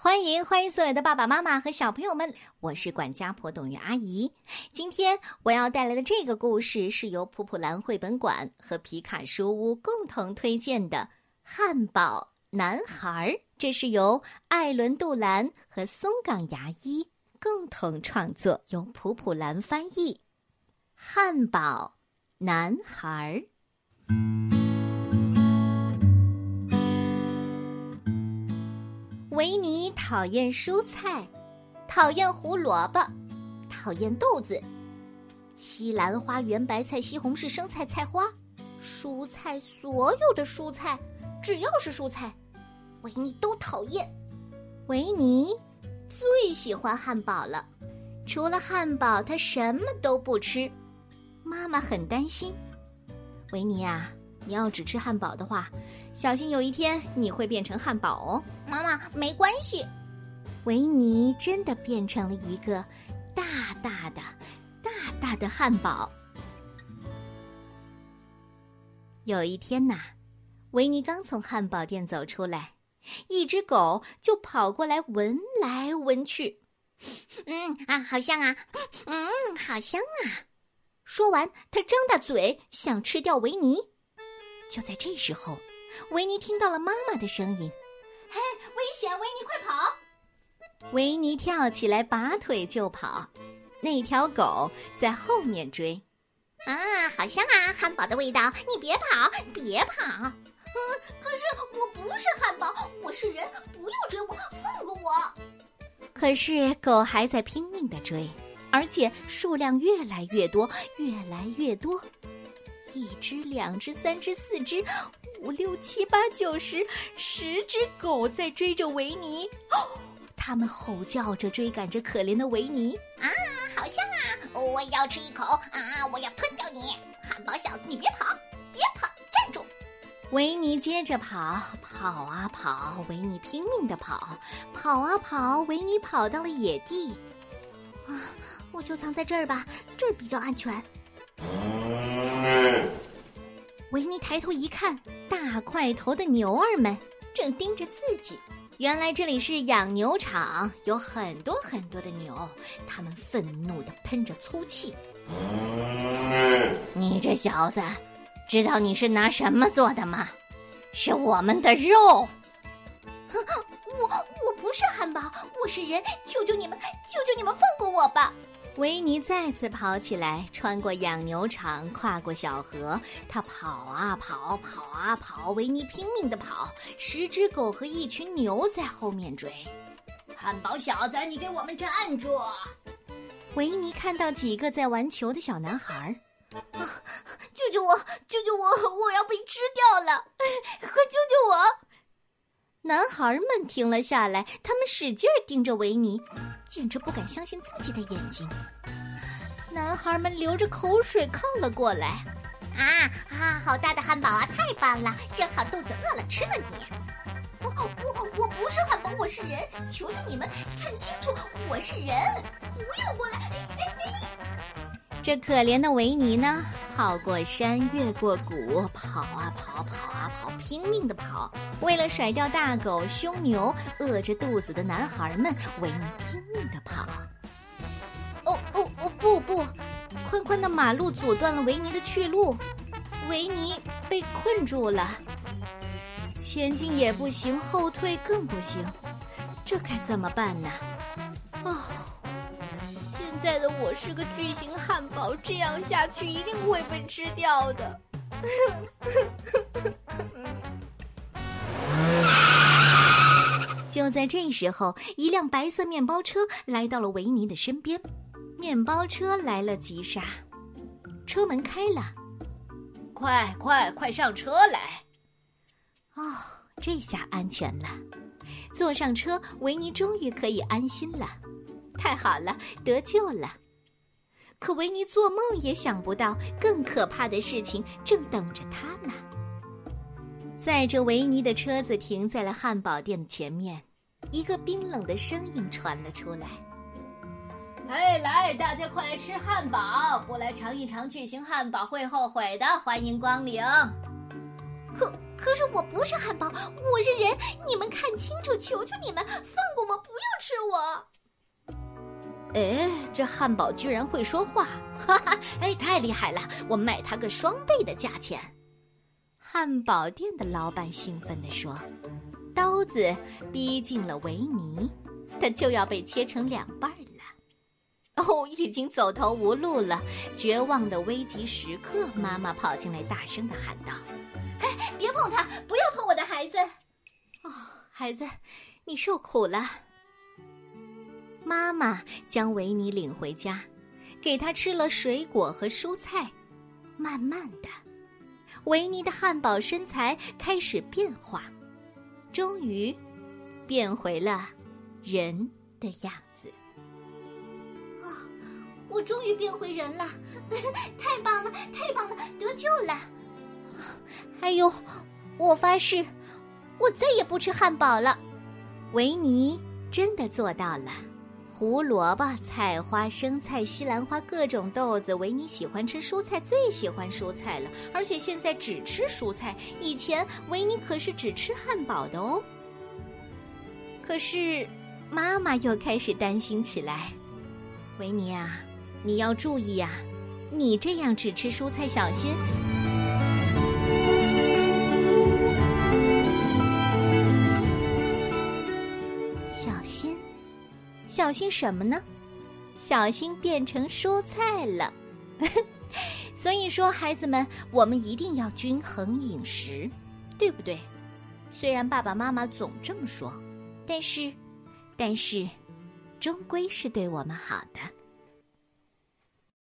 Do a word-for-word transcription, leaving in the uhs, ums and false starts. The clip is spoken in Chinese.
欢迎欢迎所有的爸爸妈妈和小朋友们，我是管家婆董月阿姨。今天我要带来的这个故事是由普普兰绘本馆和皮卡书屋共同推荐的《汉堡男孩》，这是由艾伦·杜兰和松冈牙医共同创作，由普普兰翻译。《汉堡男孩》。维尼讨厌蔬菜，讨厌胡萝卜，讨厌豆子，西兰花、圆白菜、西红柿、生菜、菜花，蔬菜，所有的蔬菜，只要是蔬菜，维尼都讨厌。维尼最喜欢汉堡了，除了汉堡，他什么都不吃。妈妈很担心，维尼啊，你要只吃汉堡的话，小心有一天你会变成汉堡哦。 妈妈，没关系。 维尼真的变成了一个大大的、大大的汉堡。有一天呐，维尼刚从汉堡店走出来，一只狗就跑过来闻来闻去。 嗯啊，好香啊！嗯，好香啊！ 说完，他张大嘴想吃掉维尼。就在这时候，维尼听到了妈妈的声音：“嘿，危险！维尼，快跑！”维尼跳起来，拔腿就跑。那条狗在后面追。 啊，好香啊！汉堡的味道！你别跑，别跑！ 嗯，可是我不是汉堡，我是人，不要追我，放过我！ 可是狗还在拼命地追，而且数量越来越多，越来越多。一只、两只、三只、四只、五六七八九十，十只狗在追着维尼。哦，他们吼叫着追赶着可怜的维尼。 啊，好香啊！我也要吃一口啊！我要吞掉你，汉堡小子，你别跑，别跑，站住！ 维尼接着跑，跑啊跑，维尼拼命地跑，跑啊跑，维尼跑到了野地。 啊，我就藏在这儿吧，这儿比较安全。 维尼抬头一看，大块头的牛儿们正盯着自己。原来这里是养牛场，有很多很多的牛，它们愤怒地喷着粗气。你这小子，知道你是拿什么做的吗？是我们的肉。 我我不是汉堡，我是人，求求你们，求求你们放过我吧！ 维尼再次跑起来，穿过养牛场，跨过小河，他跑啊跑，跑啊跑，维尼拼命地跑，十只狗和一群牛在后面追。汉堡小子，你给我们站住！维尼看到几个在玩球的小男孩。 啊，救救我，救救我，我要被吃掉了，快救救我！ 男孩们停了下来，他们使劲盯着维尼，简直不敢相信自己的眼睛。男孩们流着口水靠了过来。 啊啊，好大的汉堡啊，太棒了，正好肚子饿了，吃了你。 我我我不是汉堡，我是人，求求你们看清楚，我是人，不要过来！ 这可怜的维尼呢，跑过山，越过谷，跑啊跑，跑啊跑，拼命地跑。为了甩掉大狗、凶牛、饿着肚子的男孩们，维尼拼命地跑。哦哦哦，不不，宽宽的马路阻断了维尼的去路，维尼被困住了，前进也不行，后退更不行，这该怎么办呢？哦。现在的我是个巨型汉堡，这样下去一定会被吃掉的。就在这时候，一辆白色面包车来到了维尼的身边。面包车来了急刹，车门开了，快快快上车来！哦，这下安全了。坐上车，维尼终于可以安心了。太好了，得救了！可维尼做梦也想不到，更可怕的事情正等着他呢。载着维尼的车子停在了汉堡店的前面，一个冰冷的声音传了出来：“嘿，来，大家快来吃汉堡！不来尝一尝巨型汉堡会后悔的，欢迎光临。”可可是我不是汉堡，我是人，你们看清楚，求求你们，放过我，不要吃我。 哎，这汉堡居然会说话，哈哈！哎，太厉害了，我卖它个双倍的价钱。汉堡店的老板兴奋地说，刀子逼近了维尼，他就要被切成两半了。哦，已经走投无路了，绝望的危急时刻，妈妈跑进来大声地喊道， 哎，别碰他，不要碰我的孩子。 哦，孩子，你受苦了。妈妈将维尼领回家，给他吃了水果和蔬菜。慢慢的，维尼的汉堡身材开始变化，终于变回了人的样子。 啊，我终于变回人了，太棒了，太棒了，得救了。 还有，我发誓，我再也不吃汉堡了。维尼真的做到了。胡萝卜、菜花、生菜、西兰花，各种豆子。维尼喜欢吃蔬菜，最喜欢蔬菜了，而且现在只吃蔬菜。以前维尼可是只吃汉堡的哦。可是妈妈又开始担心起来，维尼啊，你要注意啊，你这样只吃蔬菜，小心。小心。小心什么呢？小心变成蔬菜了。所以说，孩子们，我们一定要均衡饮食，对不对？虽然爸爸妈妈总这么说，但是，但是，终归是对我们好的。